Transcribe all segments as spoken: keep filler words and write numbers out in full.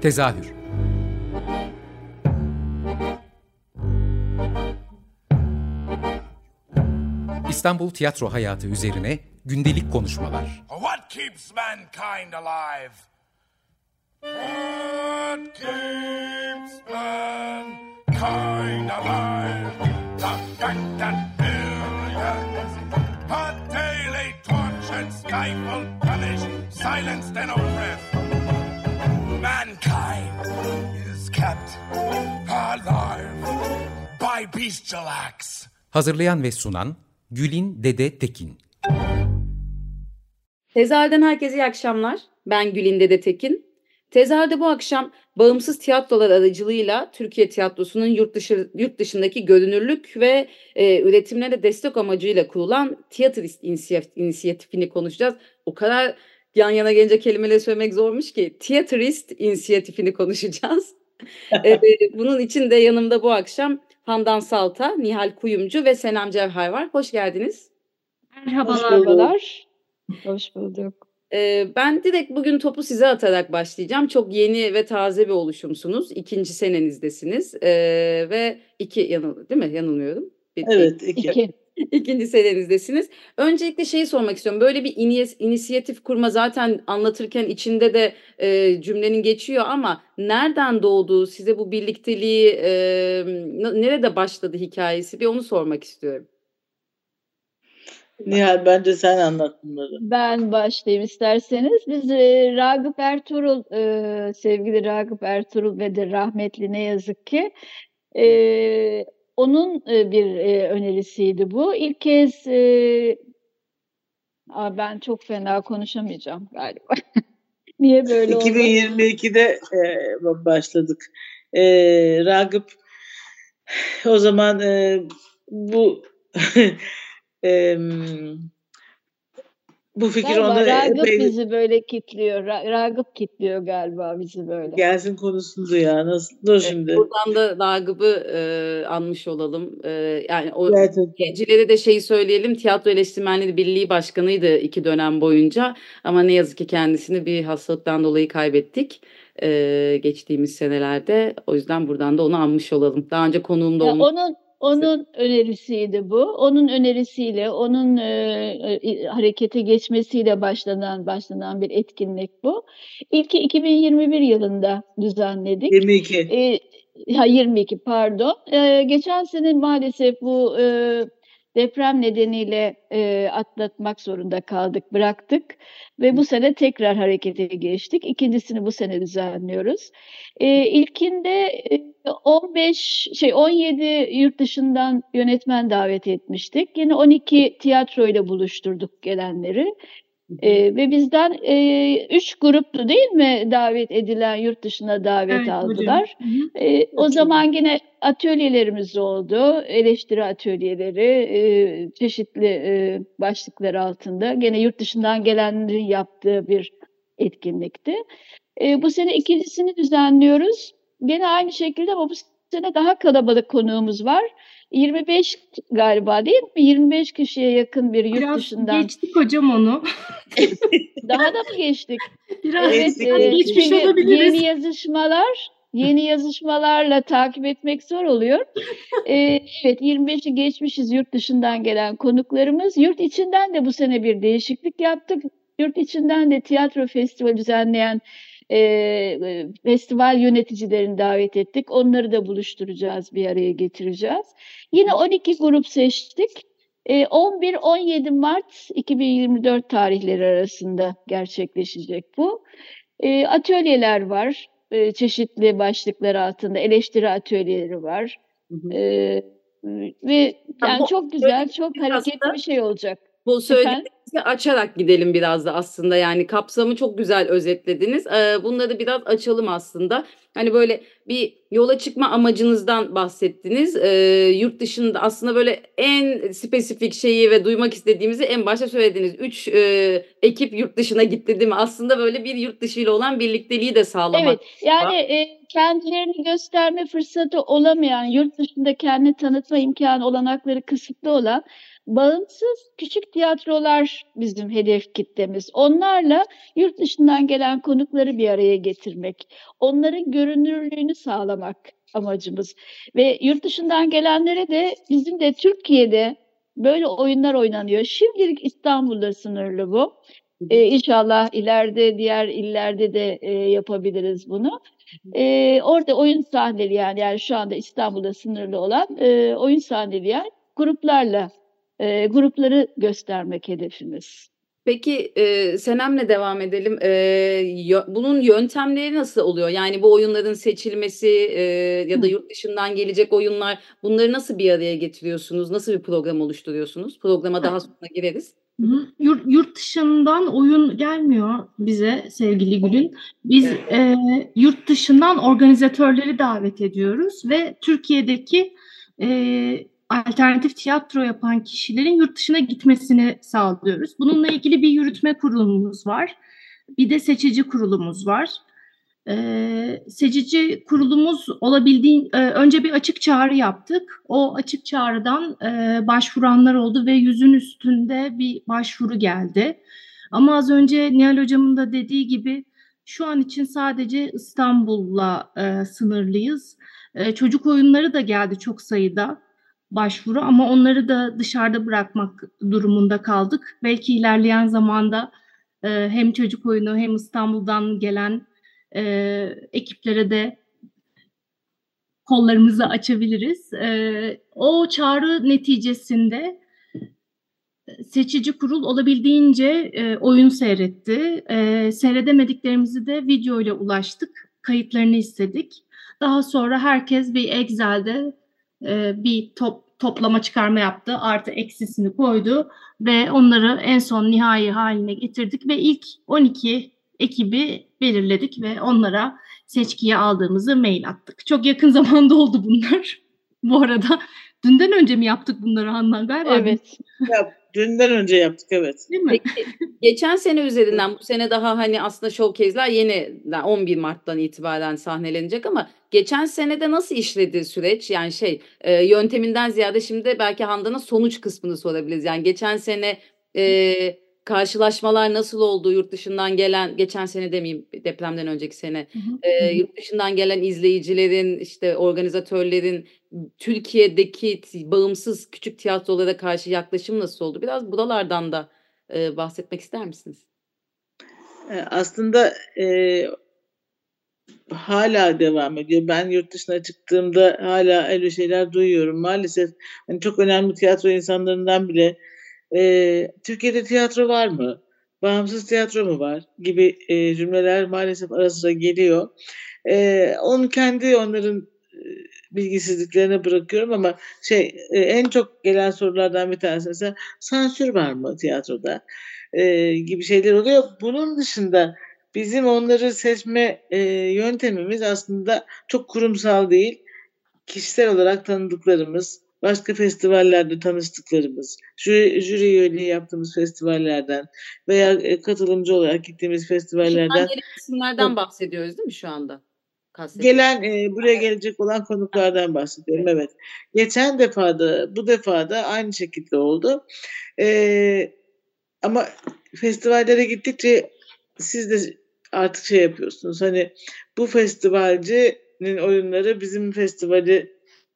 Tezahür. İstanbul tiyatro hayatı üzerine gündelik konuşmalar. What keeps mankind alive? What keeps mankind alive? The fact that billions are daily tortured, stifled, punished, silenced and oppressed. Mankind is kept alive by bestial acts. Hazırlayan ve sunan Gülin Dede Tekin. Tezahürden herkese iyi akşamlar. Ben Gülin Dede Tekin. Tezahürde bu akşam bağımsız tiyatrolar aracılığıyla Türkiye tiyatrosunun yurt dışı yurt dışındaki görünürlük ve e, üretimlere destek amacıyla kurulan Theatrist inisiyatifini konuşacağız. O kadar yan yana gelince kelimeleri söylemek zormuş ki Theatrist inisiyatifini konuşacağız. e, bunun için de yanımda bu akşam Handan Salta, Nihal Kuyumcu ve Senem Cevher var. Hoş geldiniz. Merhabalar. Hoş bulduk. Ee, ben direkt bugün topu size atarak başlayacağım. Çok yeni ve taze bir oluşumsunuz. İkinci senenizdesiniz. Ee, ve iki, yanıl, değil mi? Yanılmıyorum. Bir, evet, iki. iki. İkinci senenizdesiniz. Öncelikle şeyi sormak istiyorum. Böyle bir inis- inisiyatif kurma zaten anlatırken içinde de e, cümlenin geçiyor ama nereden doğdu? Size bu birlikteliği e, nerede başladı hikayesi? Bir onu sormak istiyorum. Nihal, bence sen anlat bunları. Ben başlayayım isterseniz. Biz e, Ragıp Ertuğrul, e, sevgili Ragıp Ertuğrul ve de rahmetli ne yazık ki e, onun e, bir e, önerisiydi bu. İlk kez e, aa, ben çok fena konuşamayacağım galiba. Niye böyle oldu? iki bin yirmi ikide e, başladık. E, Ragıp o zaman e, bu e, bu fikir Galiba onu Ragıp epey... bizi böyle kitliyor. Ra- Ragıp kitliyor galiba bizi böyle. Gelsin konusunu du ya. Nasıl? Dur Evet, şimdi. buradan da Ragıp'ı e, anmış olalım. E, yani o Gerçekten. gencilere de şeyi söyleyelim. Tiyatro Eleştirmenleri Birliği Başkanıydı iki dönem boyunca. Ama ne yazık ki kendisini bir hastalıktan dolayı kaybettik. E, geçtiğimiz senelerde. O yüzden buradan da onu anmış olalım. Daha önce konuğum da Ya olmuş. onun onun önerisiydi bu. Onun önerisiyle, onun e, e, harekete geçmesiyle başlanan başlanan bir etkinlik bu. İlki iki bin yirmi bir yılında düzenledik. yirmi iki. E, ha, yirmi iki pardon. E, geçen sene maalesef bu e, deprem nedeniyle e, atlatmak zorunda kaldık, bıraktık ve bu sene tekrar harekete geçtik. İkincisini bu sene düzenliyoruz. E, ilkinde e, on beş şey on yedi yurt dışından yönetmen davet etmiştik. Yine on iki tiyatro ile buluşturduk gelenleri. Ee, ve bizden e, üç gruptu değil mi davet edilen, yurt dışına davet Evet, aldılar. Ee, o zaman yine atölyelerimiz oldu. Eleştiri atölyeleri e, çeşitli e, başlıklar altında. Gene yurt dışından gelenlerin yaptığı bir etkinlikti. E, bu sene ikincisini düzenliyoruz. Gene aynı şekilde ama bu sene daha kalabalık konuğumuz var. yirmi beş galiba değil mi? yirmi beş kişiye yakın bir yurt Biraz dışından. geçtik hocam onu. Daha da mı geçtik? Biraz Evet, Geçtik. e, geçmiş çünkü olabiliriz. yeni yazışmalar, yeni yazışmalarla takip etmek zor oluyor. E, evet, yirmi beşi geçmişiz yurt dışından gelen konuklarımız. Yurt içinden de bu sene bir değişiklik yaptık. Yurt içinden de tiyatro festivali düzenleyen e, festival yöneticilerini davet ettik. Onları da buluşturacağız, bir araya getireceğiz. Yine on iki grup seçtik. E, on bir on yedi Mart iki bin yirmi dört tarihleri arasında gerçekleşecek bu. E, atölyeler var. E, çeşitli başlıklar altında eleştiri atölyeleri var. E, ve yani bu çok güzel, çok biraz hareketli da- bir şey olacak. Bu söylediğinizi açarak gidelim biraz da aslında. Yani kapsamı çok güzel özetlediniz. Ee, bunları biraz açalım aslında. Hani böyle bir yola çıkma amacınızdan bahsettiniz. Ee, yurt dışında aslında böyle en spesifik şeyi ve duymak istediğimizi en başta söylediniz. Üç e, ekip yurt dışına gitti değil mi? Aslında böyle bir yurt dışı ile olan birlikteliği de sağlamak. Evet, yani e, kendilerini gösterme fırsatı olamayan, yurt dışında kendini tanıtma imkanı olanakları kısıtlı olan Bağımsız küçük tiyatrolar bizim hedef kitlemiz. Onlarla yurt dışından gelen konukları bir araya getirmek, onların görünürlüğünü sağlamak amacımız. Ve yurt dışından gelenlere de bizim de Türkiye'de böyle oyunlar oynanıyor. Şimdilik İstanbul'da sınırlı bu. Ee, inşallah ileride diğer illerde de e, yapabiliriz bunu. Ee, orada oyun sahneleyen, yani şu anda İstanbul'da sınırlı olan e, oyun sahneleyen gruplarla e, grupları göstermek hedefimiz. Peki e, Senem'le devam edelim. E, yö- bunun yöntemleri nasıl oluyor? Yani bu oyunların seçilmesi e, ya da Hı. yurt dışından gelecek oyunlar, bunları nasıl bir araya getiriyorsunuz? Nasıl bir program oluşturuyorsunuz? Programa daha sonra gireriz. Hı hı. Yurt, yurt dışından oyun gelmiyor bize sevgili Gül'ün. Biz e, yurt dışından organizatörleri davet ediyoruz ve Türkiye'deki e, alternatif tiyatro yapan kişilerin yurt dışına gitmesini sağlıyoruz. Bununla ilgili bir yürütme kurulumuz var. Bir de seçici kurulumuz var. Ee, seçici kurulumuz olabildiğin e, önce bir açık çağrı yaptık. O açık çağrıdan e, başvuranlar oldu ve yüzün üstünde bir başvuru geldi. Ama az önce Nihal Hocam'ın da dediği gibi şu an için sadece İstanbul'la e, sınırlıyız. E, çocuk oyunları da geldi çok sayıda başvuru ama onları da dışarıda bırakmak durumunda kaldık. Belki ilerleyen zamanda e, hem çocuk oyunu hem İstanbul'dan gelen e, ekiplere de kollarımızı açabiliriz. E, o çağrı neticesinde seçici kurul olabildiğince e, oyun seyretti. E, seyredemediklerimizi de video ile ulaştık. Kayıtlarını istedik. Daha sonra herkes bir Excel'de e, bir top, toplama çıkarma yaptı. Artı eksisini koydu ve onları en son nihai haline getirdik ve ilk on iki ekibi belirledik ve onlara seçkiye aldığımızı mail attık. Çok yakın zamanda oldu bunlar. Bu arada dünden önce mi yaptık bunları Handan galiba? Evet. Ya, dünden önce yaptık, evet. Değil mi? Peki, geçen sene üzerinden bu sene daha hani aslında showcase'ler yeniden on bir Mart'tan itibaren sahnelenecek ama geçen senede nasıl işledi süreç? Yani şey e, yönteminden ziyade şimdi belki Handan'a sonuç kısmını sorabiliriz. Yani geçen sene e, karşılaşmalar nasıl oldu? Yurt dışından gelen, geçen sene demeyeyim, depremden önceki sene Hı hı. e, yurt dışından gelen izleyicilerin, işte organizatörlerin Türkiye'deki t- bağımsız küçük tiyatrolara karşı yaklaşım nasıl oldu? Biraz buralardan da e, bahsetmek ister misiniz? E, Aslında e, hala devam ediyor. Ben yurt dışına çıktığımda hala öyle şeyler duyuyorum. Maalesef hani çok önemli tiyatro insanlarından bile e, Türkiye'de tiyatro var mı? Bağımsız tiyatro mu var? Gibi e, cümleler maalesef ara sıra geliyor. E, onu kendi onların e, bilgisizliklerine bırakıyorum ama şey e, en çok gelen sorulardan bir tanesi mesela sansür var mı tiyatroda? E, gibi şeyler oluyor. Bunun dışında bizim onları seçme e, yöntemimiz aslında çok kurumsal değil. Kişisel olarak tanıdıklarımız, başka festivallerde tanıştıklarımız, jüri, jüri üyeliği yaptığımız festivallerden veya e, katılımcı olarak gittiğimiz festivallerden Dışından gelen isimlerden bahsediyoruz değil mi şu anda? Kastediyoruz. gelen e, buraya gelecek olan konuklardan bahsediyorum. Evet. Geçen defada, bu defada aynı şekilde oldu. E, ama festivallere gittikçe siz de artık şey yapıyorsunuz. Hani bu festivalcinin oyunları bizim festivali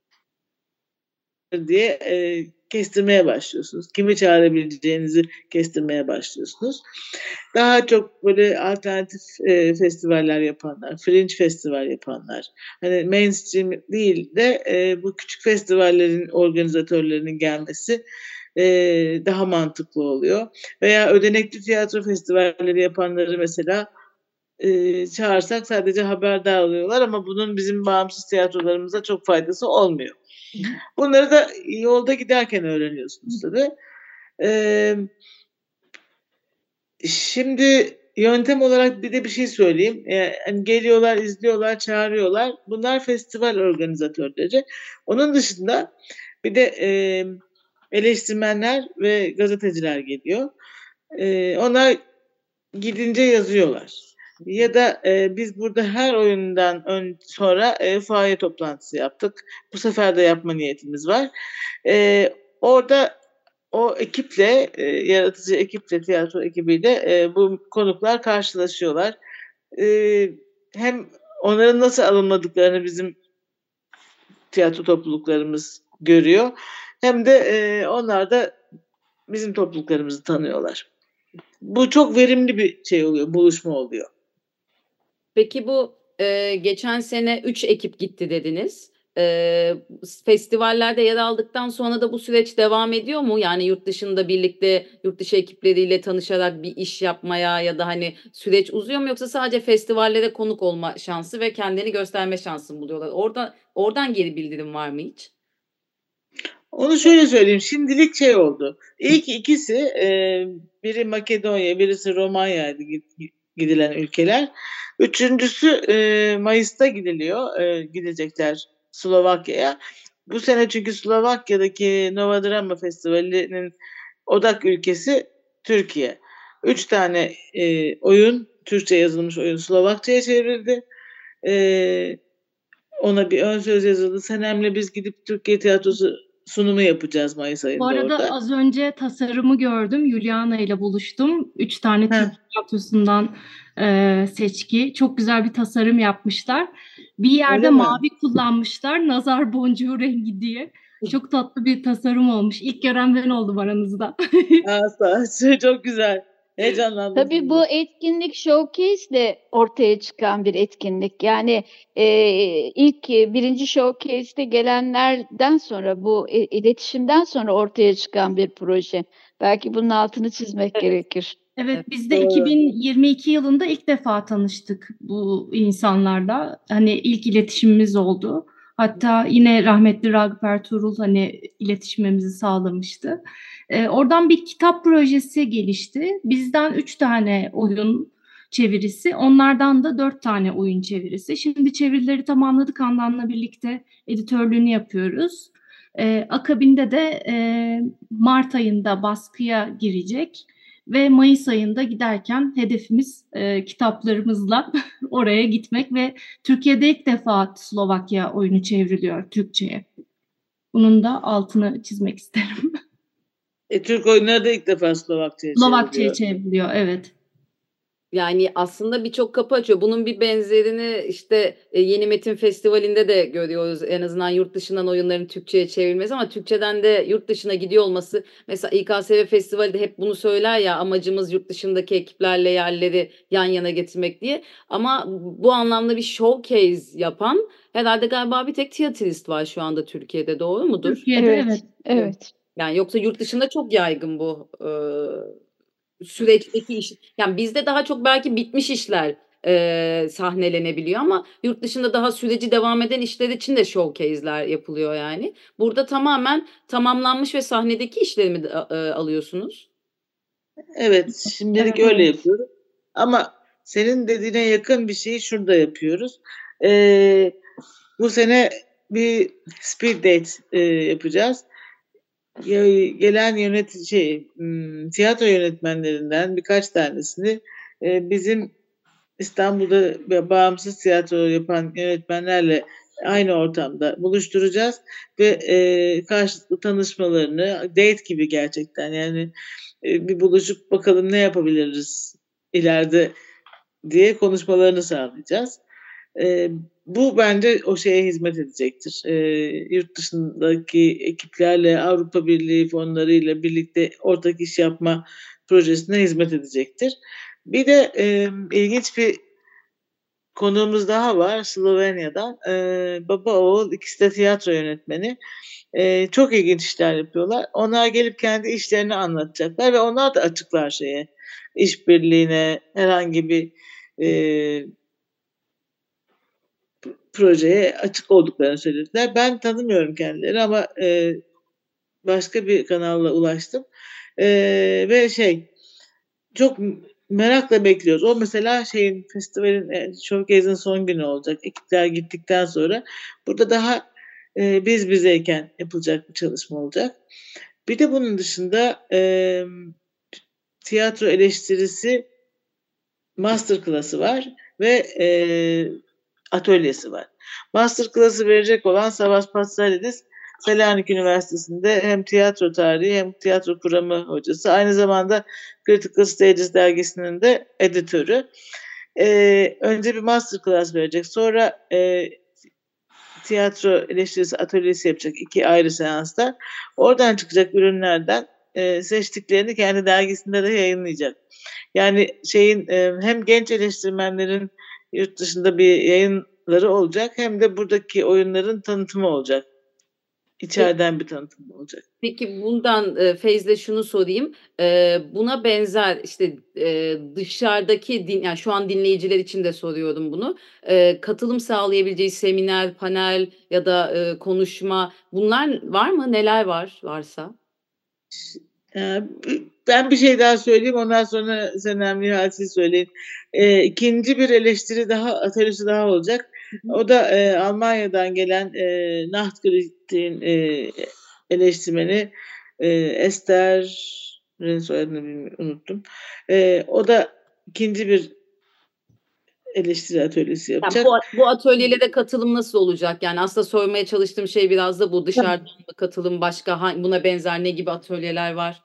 diye e, kestirmeye başlıyorsunuz. Kimi çağırabileceğinizi kestirmeye başlıyorsunuz. Daha çok böyle alternatif e, festivaller yapanlar, fringe festival yapanlar, hani mainstream değil de e, bu küçük festivallerin organizatörlerinin gelmesi e, daha mantıklı oluyor. Veya ödenekli tiyatro festivalleri yapanları mesela e, çağırsak sadece haberdar oluyorlar ama bunun bizim bağımsız tiyatrolarımıza çok faydası olmuyor. Bunları da yolda giderken öğreniyorsunuz tabii. Ee, şimdi yöntem olarak bir de bir şey söyleyeyim. Ee, hani geliyorlar, izliyorlar, çağırıyorlar. Bunlar festival organizatörleri. Onun dışında bir de e, eleştirmenler ve gazeteciler geliyor. E, onlar gidince yazıyorlar. Ya da e, biz burada her oyundan ön, sonra e, faaliyet toplantısı yaptık. Bu sefer de yapma niyetimiz var. E, orada o ekiple, e, yaratıcı ekiple, tiyatro ekibiyle e, bu konuklar karşılaşıyorlar. E, hem onların nasıl alınmadıklarını bizim tiyatro topluluklarımız görüyor. Hem de e, onlar da bizim topluluklarımızı tanıyorlar. Bu çok verimli bir şey oluyor, buluşma oluyor. Peki bu e, geçen sene üç ekip gitti dediniz. E, festivallerde yer aldıktan sonra da bu süreç devam ediyor mu? Yani yurt dışında birlikte yurt dışı ekipleriyle tanışarak bir iş yapmaya ya da hani süreç uzuyor mu, yoksa sadece festivallere konuk olma şansı ve kendini gösterme şansı mı buluyorlar? Orada oradan geri bildirim var mı hiç? Onu şöyle söyleyeyim. Şimdilik şey oldu. İlk ikisi e, biri Makedonya, birisi Romanya'ydı gidilen ülkeler. Üçüncüsü e, Mayıs'ta gidiliyor. E, gidecekler Slovakya'ya. Bu sene çünkü Slovakya'daki Nova Drama Festivali'nin odak ülkesi Türkiye. Üç tane e, oyun, Türkçe yazılmış oyun Slovakça'ya çevrildi. E, ona bir ön söz yazıldı. Senem'le biz gidip Türkiye tiyatrosu sunumu yapacağız Mayıs ayında Bu arada orada. az önce tasarımı gördüm. Juliana ile buluştum. Üç tane Heh. Türk tiyatrosundan e, seçki. Çok güzel bir tasarım yapmışlar. Bir yerde Öyle mi? mavi kullanmışlar. Nazar boncuğu rengi diye. Çok tatlı bir tasarım olmuş. İlk gören ben oldum aranızda. Aa, sağ ol. Çok güzel. Heyecanlandım. Tabii bu etkinlik showcase ile ortaya çıkan bir etkinlik. Yani e, ilk e, birinci showcase'te gelenlerden sonra, bu e, iletişimden sonra ortaya çıkan bir proje. Belki bunun altını çizmek Evet. gerekir. Evet, biz de Doğru. iki bin yirmi iki yılında ilk defa tanıştık bu insanlarla. Hani ilk iletişimimiz oldu. Hatta yine rahmetli Ragıp Ertuğrul hani iletişimimizi sağlamıştı. Ee, oradan bir kitap projesi gelişti. Bizden üç tane oyun çevirisi, onlardan da dört tane oyun çevirisi. Şimdi çevirileri tamamladık. Handan'la birlikte editörlüğünü yapıyoruz. Ee, akabinde de e, Mart ayında baskıya girecek. Ve Mayıs ayında giderken hedefimiz e, kitaplarımızla oraya gitmek ve Türkiye'de ilk defa Slovakya oyunu çevriliyor Türkçe'ye. Bunun da altını çizmek isterim. E, Türk oyunları da ilk defa Slovakça'ya Slovakça'ya çevriliyor. çevriliyor, evet. Yani aslında birçok kapı açıyor. Bunun bir benzerini işte e, Yeni Metin Festivali'nde de görüyoruz. En azından yurt dışından oyunların Türkçe'ye çevrilmesi, ama Türkçeden de yurt dışına gidiyor olması. Mesela İ K S V Festivali de hep bunu söyler ya, amacımız yurt dışındaki ekiplerle yerleri yan yana getirmek diye. Ama bu anlamda bir showcase yapan herhalde galiba bir tek tiyatrist var şu anda Türkiye'de, doğru mudur? Türkiye'de Evet, evet. evet. Yani yoksa yurt dışında çok yaygın bu e, süreçteki iş. Yani bizde daha çok belki bitmiş işler e, sahnelenebiliyor, ama yurt dışında daha süreci devam eden işler için de showcase'ler yapılıyor yani. Burada tamamen tamamlanmış ve sahnedeki işleri mi e, alıyorsunuz? Evet, şimdilik Evet. öyle yapıyoruz. Ama senin dediğine yakın bir şeyi şurada yapıyoruz. Ee, bu sene bir speed date e, yapacağız. Ya- Gelen yönet şey hmm, tiyatro yönetmenlerinden birkaç tanesini e, bizim İstanbul'da ve bağımsız tiyatro yapan yönetmenlerle aynı ortamda buluşturacağız ve e, karşılıklı tanışmalarını, date gibi gerçekten, yani e, bir buluşup bakalım ne yapabiliriz ileride diye konuşmalarını sağlayacağız. E, bu bence o şeye hizmet edecektir. E, yurt dışındaki ekiplerle, Avrupa Birliği fonlarıyla birlikte ortak iş yapma projesine hizmet edecektir. Bir de e, ilginç bir konuğumuz daha var Slovenya'dan. E, baba oğul ikisi de tiyatro yönetmeni. E, çok ilginç işler yapıyorlar. Onlar gelip kendi işlerini anlatacaklar ve onlar da açıklar şeye, işbirliğine, herhangi bir e, projeye açık olduklarını söylediler. Ben tanımıyorum kendileri ama e, başka bir kanalla ulaştım. E, ve şey çok merakla bekliyoruz. O mesela şeyin festivalin e, showcase'in son günü olacak. Ekipler gittikten sonra burada daha e, biz bizeyken yapılacak bir çalışma olacak. Bir de bunun dışında e, tiyatro eleştirisi masterclass'ı var ve e, atölyesi var. Masterclass'ı verecek olan Savas Patsalidis Selanik Üniversitesi'nde hem tiyatro tarihi hem tiyatro kuramı hocası. Aynı zamanda Critical Stages dergisinin de editörü. Ee, önce bir masterclass verecek. Sonra e, tiyatro eleştirisi atölyesi yapacak iki ayrı seansta. Oradan çıkacak ürünlerden e, seçtiklerini kendi dergisinde de yayınlayacak. Yani şeyin e, hem genç eleştirmenlerin yurt dışında bir yayınları olacak hem de buradaki oyunların tanıtımı olacak. İçeriden bir tanıtım olacak. Peki bundan e, Feyz'le şunu sorayım. E, buna benzer işte e, dışarıdaki din, yani şu an dinleyiciler için de soruyorum bunu. E, katılım sağlayabileceği seminer, panel ya da e, konuşma bunlar var mı? Neler var varsa? Ee, Ben bir şey daha söyleyeyim, ondan sonra Senem Nihal siz söyleyin. Ee, ikinci bir eleştiri daha, atölyesi daha olacak. O da e, Almanya'dan gelen e, Nachtgericht'in e, eleştirmeni e, Esther'in soyadını bilmiyorum, unuttum. E, o da ikinci bir eleştiri atölyesi Yani yapacak. bu, bu atölyelere katılım nasıl olacak? Yani aslında sormaya çalıştığım şey biraz da bu. Dışarıdan mı katılım, başka ha- buna benzer ne gibi atölyeler var?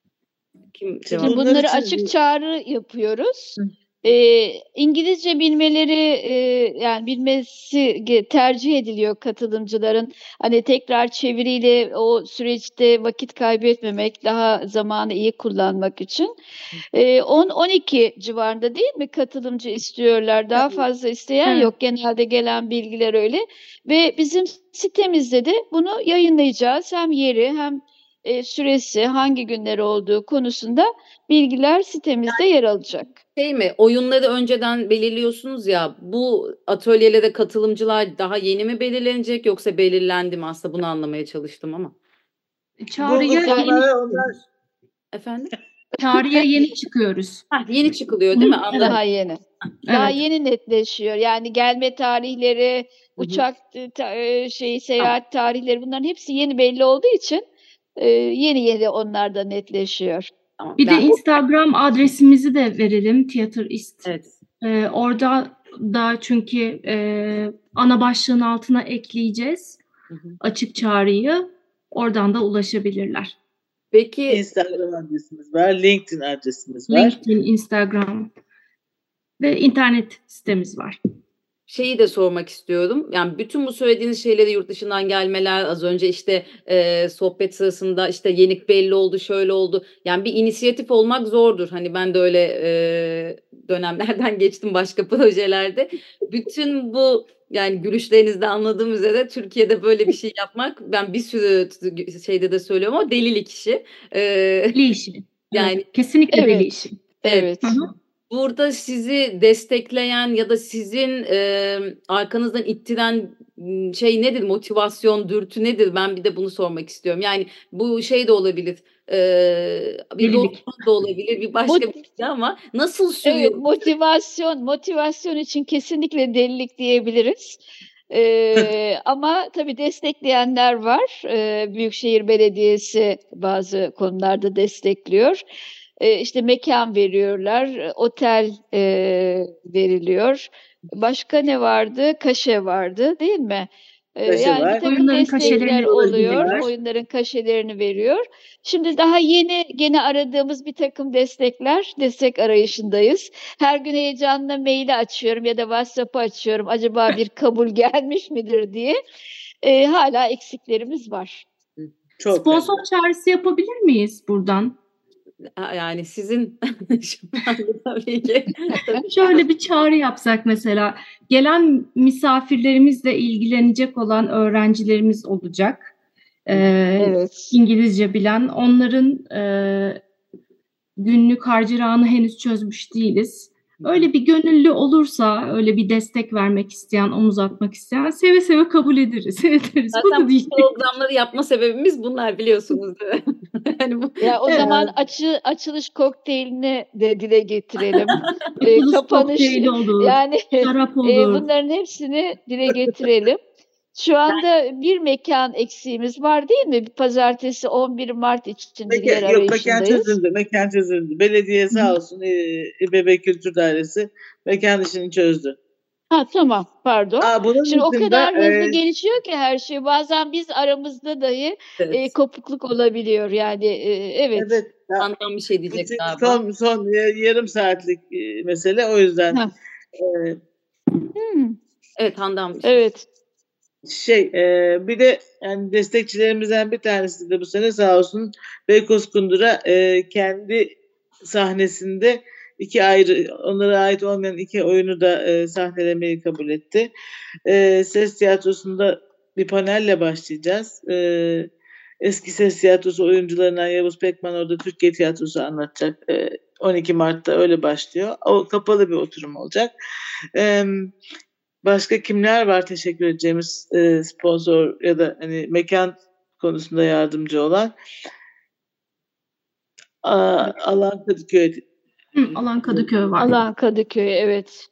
Kim cevap? Şimdi Bunlar bunları için- açık çağrı yapıyoruz. Hı. Ee, İngilizce bilmeleri e, yani bilmesi ge- tercih ediliyor katılımcıların. Hani tekrar çeviriyle o süreçte vakit kaybetmemek, daha zamanı iyi kullanmak için. Ee, on on iki civarında değil mi katılımcı istiyorlar? Daha Evet. fazla isteyen Evet. yok. Genelde gelen bilgiler öyle. Ve bizim sitemizde de bunu yayınlayacağız. Hem yeri hem e, süresi, hangi günler olduğu konusunda bilgiler sitemizde yer alacak. Şey mi? Oyunları önceden belirliyorsunuz ya. Bu atölyelere katılımcılar daha yeni mi belirlenecek yoksa belirlendi mi? Aslında bunu anlamaya çalıştım ama. Çağrıya Google yeni, Form'lara onlar Efendim? çağrıya yeni çıkıyoruz. Ha, yeni çıkılıyor değil mi? Hı, Anladım. Daha yeni. Daha Evet. yeni netleşiyor. Yani gelme tarihleri, uçak e, ta- e, şey seyahat tarihleri bunların hepsi yeni belli olduğu için e, yeni yeni onlar da netleşiyor. Tamam. Bir de Ben- Instagram adresimizi de verelim. Theaterist. Evet. Ee, orada da çünkü e, ana başlığın altına ekleyeceğiz Hı hı. açık çağrıyı. Oradan da ulaşabilirler. Peki Instagram adresimiz var, LinkedIn adresimiz var. LinkedIn, Instagram ve internet sitemiz var. şeyi de sormak istiyorum. Yani bütün bu söylediğiniz şeyleri yurt dışından gelmeler, az önce işte e, sohbet sırasında işte yenik belli oldu, şöyle oldu. Yani bir inisiyatif olmak zordur. Hani ben de öyle e, dönemlerden geçtim başka projelerde. Bütün bu yani gülüşlerinizde anladığım üzere Türkiye'de böyle bir şey yapmak, ben bir sürü t- şeyde de söylüyorum ama delilik işi. E, Deli işi. Yani- Evet, kesinlikle Evet. deli işi. Evet. Hı hı. Burada sizi destekleyen ya da sizin e, arkanızdan ittiren m, şey nedir? Motivasyon, dürtü nedir? Ben bir de bunu sormak istiyorum. Yani bu şey de olabilir. E, bir Delilik. dostluk da olabilir, bir başka Mot- bir şey ama nasıl sürüyor? Evet, motivasyon motivasyon için kesinlikle delilik diyebiliriz. Ee, ama tabii destekleyenler var. Ee, Büyükşehir Belediyesi bazı konularda destekliyor. Ee, işte mekan veriyorlar, otel e, veriliyor. Başka ne vardı? Kaşe vardı, değil mi? Ee, Kaşe yani var. bir takım Oyunların destekler kaşelerini oluyor. veriyorlar. Oyunların kaşelerini veriyor. Şimdi daha yeni gene aradığımız bir takım destekler, destek arayışındayız. Her gün heyecanla maili açıyorum ya da WhatsApp'ı açıyorum. Acaba bir kabul gelmiş midir diye. Ee, hala eksiklerimiz var. Çok Sponsor çağrısı yapabilir miyiz buradan? Ha, Yani sizin şu anda tabii ki. Şöyle bir çağrı yapsak mesela. Gelen misafirlerimizle ilgilenecek olan öğrencilerimiz olacak. Ee, Evet. İngilizce bilen. Onların e, günlük harcırağını henüz çözmüş değiliz. Öyle bir gönüllü olursa, öyle bir destek vermek isteyen, omuz atmak isteyen seve seve kabul ederiz. ederiz. Bu Zaten da bu değil. programları yapma sebebimiz bunlar, biliyorsunuz değil mi? Yani bu, Ya o Evet. zaman açı açılış kokteylini de dile getirelim. Ee, Açılış kapanış kokteyli olur, yani şarap e, olur. bunların hepsini dile getirelim. Şu anda bir mekan eksiğimiz var değil mi? Bir Pazartesi on bir Mart için bir yer Mekan, yok mekan arayışındayız. çözüldü. Mekan çözüldü. Belediye sağ olsun e, İBB Kültür Dairesi mekan işini çözdü. Ha, tamam, pardon. Aa, bunun Şimdi o dışında kadar hızlı e, gelişiyor ki her şey. Bazen biz aramızda dahi Evet. e, kopukluk olabiliyor. Yani e, evet. evet ya, Handan bir şey bu diyecek çünkü galiba. son, son ya- yarım saatlik e, mesele, o yüzden Ha. e, Hmm, Evet Handan bir şey. evet. şey e, bir de yani destekçilerimizden bir tanesi de bu sene sağ olsun Beykoz Kundura e, kendi sahnesinde iki ayrı, onlara ait olmayan iki oyunu da e, sahnelemeyi kabul etti. E, Ses tiyatrosunda bir panelle başlayacağız. E, eski Ses tiyatrosu oyuncularından Yavuz Pekman orada Türkiye tiyatrosu anlatacak. E, on iki Mart'ta öyle başlıyor. O kapalı bir oturum olacak. E, Başka kimler var teşekkür edeceğimiz e, sponsor ya da hani mekan konusunda yardımcı olan? Aa, Alan Kadıköy Hı, Alan Kadıköy var. Alan Kadıköy, evet.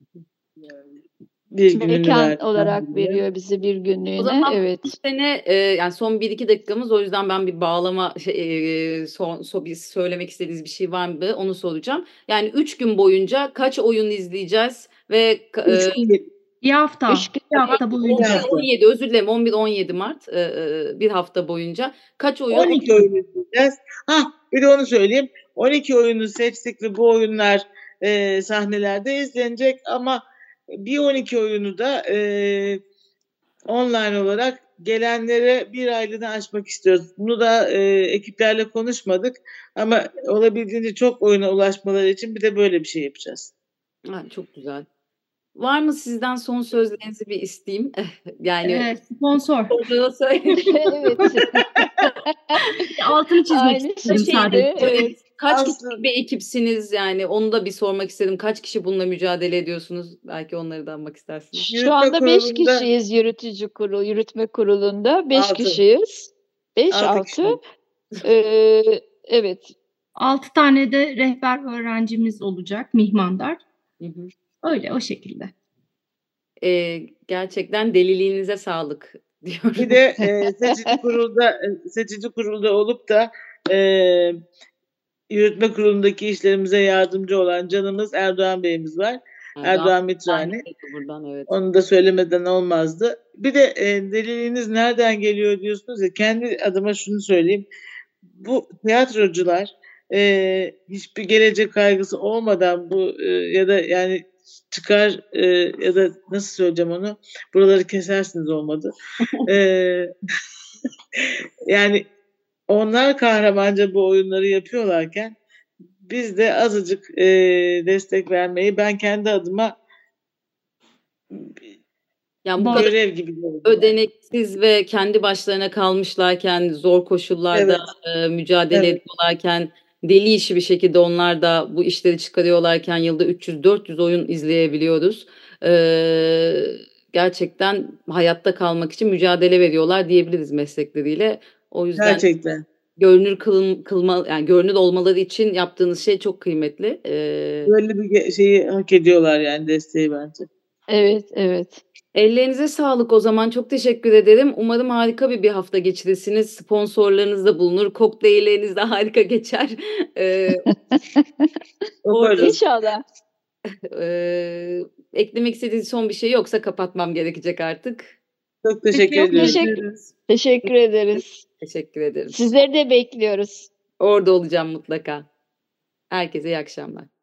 bir gününü Mekan verdi. olarak veriyor bize bir O günlüğüne. zaman Evet. bu sene e, yani son bir iki dakikamız, o yüzden ben bir bağlama şey, e, son, son bir söylemek istediğiniz bir şey var mı onu soracağım. Yani üç gün boyunca kaç oyun izleyeceğiz ve Üç e, gün, Bir hafta. Üç gün. Bir hafta boyunca. Bir hafta. on yedi özür dilerim on bir on yedi Mart e, e, bir hafta boyunca kaç oyun? on iki oyun izleyeceğiz. Ha, bir de onu söyleyeyim. on iki oyunu seçtik ve bu oyunlar e, sahnelerde izlenecek ama bir on iki oyunu da e, online olarak gelenlere bir aylığına açmak istiyoruz. Bunu da e, ekiplerle konuşmadık ama olabildiğince çok oyuna ulaşmaları için bir de böyle bir şey yapacağız. Ha, çok güzel. Var mı sizden son sözlerinizi bir isteyeyim? Yani Evet, sponsor. orada söyleyeyim. Evet. Altını çizmek Aynı istedim şeydi, sadece. evet. Kaç Aslında- kişilik bir ekipsiniz yani, onu da bir sormak istedim. Kaç kişi bununla mücadele ediyorsunuz? Belki onları da anmak istersiniz. Yürütme Şu anda beş kurulunda- kişiyiz yürütücü kurul, yürütme kurulunda. Beş Altı. kişiyiz. Beş, Altı altı. kişi. Ee, evet. Altı tane de rehber öğrencimiz olacak, mihmandar. Hı hı. Öyle, o şekilde. Ee, gerçekten deliliğinize sağlık diyorum. Bir de e, seçici kurulda e, seçici kurulda olup da e, yürütme kurulundaki işlerimize yardımcı olan canımız Erdoğan Bey'imiz var. Erdoğan Mitrani. Buradan evet. Onu da söylemeden olmazdı. Bir de e, deliliğiniz nereden geliyor diyorsunuz ya, kendi adıma şunu söyleyeyim. Bu tiyatrocular e, hiçbir gelecek kaygısı olmadan bu e, ya da yani çıkar e, ya da nasıl söyleyeceğim onu, buraları kesersiniz olmadı. e, yani onlar kahramanca bu oyunları yapıyorlarken biz de azıcık e, destek vermeyi ben kendi adıma Yani bu Doğru. kadar görev gibi görüyorum. ödeneksiz ve kendi başlarına kalmışlarken, zor koşullarda e, mücadele Evet. ediyorlarken, deli işi bir şekilde onlar da bu işleri çıkarıyorlarken yılda üç yüz dört yüz oyun izleyebiliyoruz. Ee, gerçekten hayatta kalmak için mücadele veriyorlar diyebiliriz meslekleriyle. O yüzden Gerçekten. görünür kılın, kılma yani görünür olmaları için yaptığınız şey çok kıymetli. Ee, Böyle bir ge- şeyi hak ediyorlar yani, desteği bence. Evet, evet. ellerinize sağlık o zaman. Çok teşekkür ederim. Umarım harika bir bir hafta geçirirsiniz. Sponsorlarınız da bulunur. Kokteylleriniz de harika geçer. Ee, Umarım. İnşallah. e, eklemek istediğiniz son bir şey yoksa kapatmam gerekecek artık. Çok teşekkür Çok ediyorum. Teşekkür, teşekkür ederiz. Teşekkür ederim. Sizleri de bekliyoruz. Orada olacağım mutlaka. Herkese iyi akşamlar.